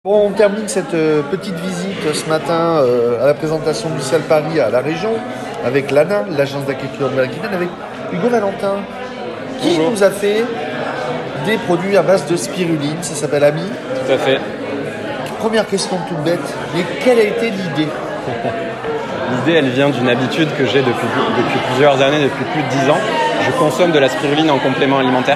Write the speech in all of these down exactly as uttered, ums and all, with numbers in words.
Bon, on termine cette euh, petite visite ce matin euh, à la présentation du C I A L Paris à la région avec l'A N A, l'Agence d'agriculture de l'Aquitaine, avec Hugo Valentin, qui Bonjour. nous a fait des produits à base de spiruline, ça s'appelle Ami. Tout à fait. Première question toute bête, mais quelle a été l'idée? L'idée, elle vient d'une habitude que j'ai depuis, depuis plusieurs années, depuis plus de dix ans. Je consomme de la spiruline en complément alimentaire.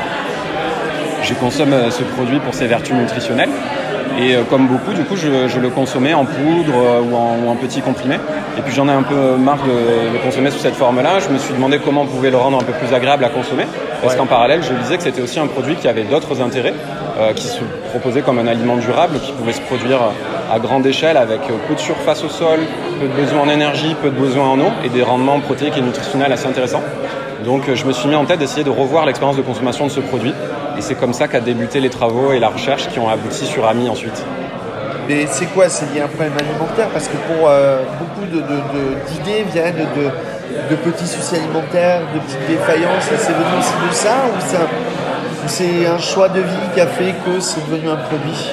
Je consomme euh, ce produit pour ses vertus nutritionnelles. Et euh, comme beaucoup, du coup, je, je le consommais en poudre euh, ou, en, ou en petits comprimés. Et puis j'en ai un peu marre de le consommer sous cette forme-là. Je me suis demandé comment on pouvait le rendre un peu plus agréable à consommer. Parce Ouais. qu'en parallèle, je disais que c'était aussi un produit qui avait d'autres intérêts, euh, qui se proposait comme un aliment durable, qui pouvait se produire à grande échelle avec peu de surface au sol, peu de besoin en énergie, peu de besoin en eau et des rendements protéiques et nutritionnels assez intéressants. Donc je me suis mis en tête d'essayer de revoir l'expérience de consommation de ce produit. Et c'est comme ça qu'a débuté les travaux et la recherche qui ont abouti sur Ami ensuite. Mais c'est quoi? C'est lié à un problème alimentaire? Parce que pour euh, beaucoup de, de- de- d'idées viennent de, de petits soucis alimentaires, de petites défaillances. Et c'est venu aussi de ça ou c'est un, ou c'est un choix de vie qui a fait que c'est devenu un produit?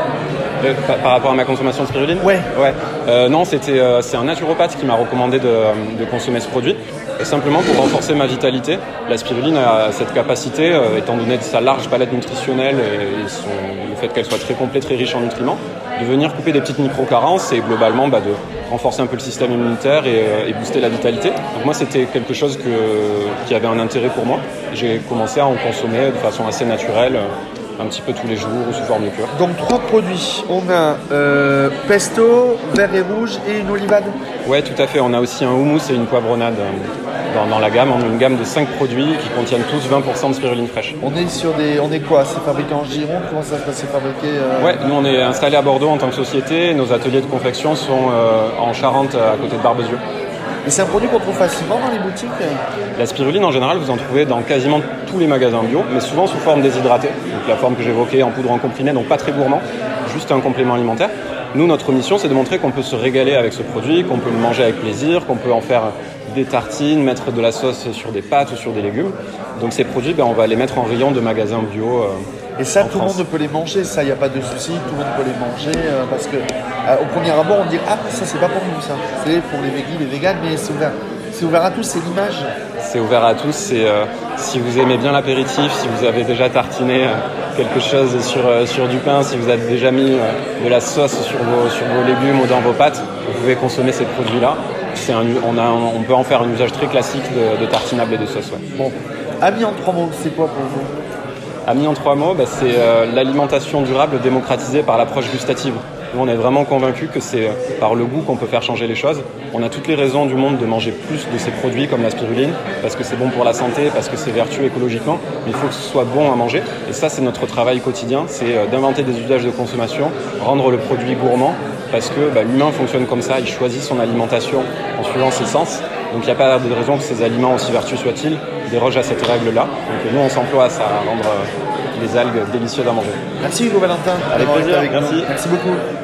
Euh, par, par rapport à ma consommation de spiruline? Ouais. Ouais. Euh, non, c'était, euh, c'est un naturopathe qui m'a recommandé de, de consommer ce produit. Et simplement pour renforcer ma vitalité. La spiruline a cette capacité, euh, étant donné sa large palette nutritionnelle et, et son, le fait qu'elle soit très complète, très riche en nutriments, de venir couper des petites micro-carences et globalement bah, de renforcer un peu le système immunitaire et, euh, et booster la vitalité. Donc moi, c'était quelque chose que, qui avait un intérêt pour moi. J'ai commencé à en consommer de façon assez naturelle, un petit peu tous les jours ou sous forme de cure. Donc trois produits. On a euh, pesto, vert et rouge et une olivade. Ouais, tout à fait. On a aussi un houmous et une poivronade euh, dans, dans la gamme. On a une gamme de cinq produits qui contiennent tous vingt pour cent de spiruline fraîche. On est sur des. On est quoi? C'est fabriqué en Gironde? Comment ça se passe? C'est fabriqué euh... Ouais, nous on est installé à Bordeaux en tant que société. Nos ateliers de confection sont euh, en Charente, à côté de Barbezieux. Et c'est un produit qu'on trouve facilement dans les boutiques? La spiruline, en général, vous en trouvez dans quasiment tous les magasins bio, mais souvent sous forme déshydratée. Donc la forme que j'évoquais en poudre, en comprimé, donc pas très gourmand, juste un complément alimentaire. Nous, notre mission, c'est de montrer qu'on peut se régaler avec ce produit, qu'on peut le manger avec plaisir, qu'on peut en faire des tartines, mettre de la sauce sur des pâtes ou sur des légumes. Donc ces produits, ben, on va les mettre en rayon de magasins bio. Euh, Et ça, en tout France. le monde peut les manger, ça, il n'y a pas de souci, tout le monde peut les manger, euh, parce que euh, au premier abord, on dit « Ah, ça, c'est pas pour nous, ça. C'est pour les végis, les véganes, mais c'est ouvert. C'est ouvert à tous, c'est l'image. » C'est ouvert à tous. C'est, euh, si vous aimez bien l'apéritif, si vous avez déjà tartiné euh, quelque chose sur, euh, sur du pain, si vous avez déjà mis euh, de la sauce sur vos, sur vos légumes ou dans vos pâtes, vous pouvez consommer ces produits-là. C'est un, on, a, un- on peut en faire un usage très classique de, de tartinable et de sauce. Ouais. Bon, Ami en trois mots, c'est quoi pour vous? Ami en trois mots, bah, c'est euh, l'alimentation durable démocratisée par l'approche gustative. Nous, on est vraiment convaincus que c'est euh, par le goût qu'on peut faire changer les choses. On a toutes les raisons du monde de manger plus de ces produits comme la spiruline, parce que c'est bon pour la santé, parce que c'est vertueux écologiquement, mais il faut que ce soit bon à manger. Et ça, c'est notre travail quotidien, c'est euh, d'inventer des usages de consommation, rendre le produit gourmand, parce que bah, l'humain fonctionne comme ça, il choisit son alimentation en suivant ses sens. Donc il n'y a pas de raison que ces aliments, aussi vertueux soient-ils, dérogent à cette règle-là. Donc nous, on s'emploie à ça, à rendre euh, les algues délicieuses à manger. Merci Hugo Valentin. Avec d'avoir été plaisir, avec nous. merci. Merci beaucoup.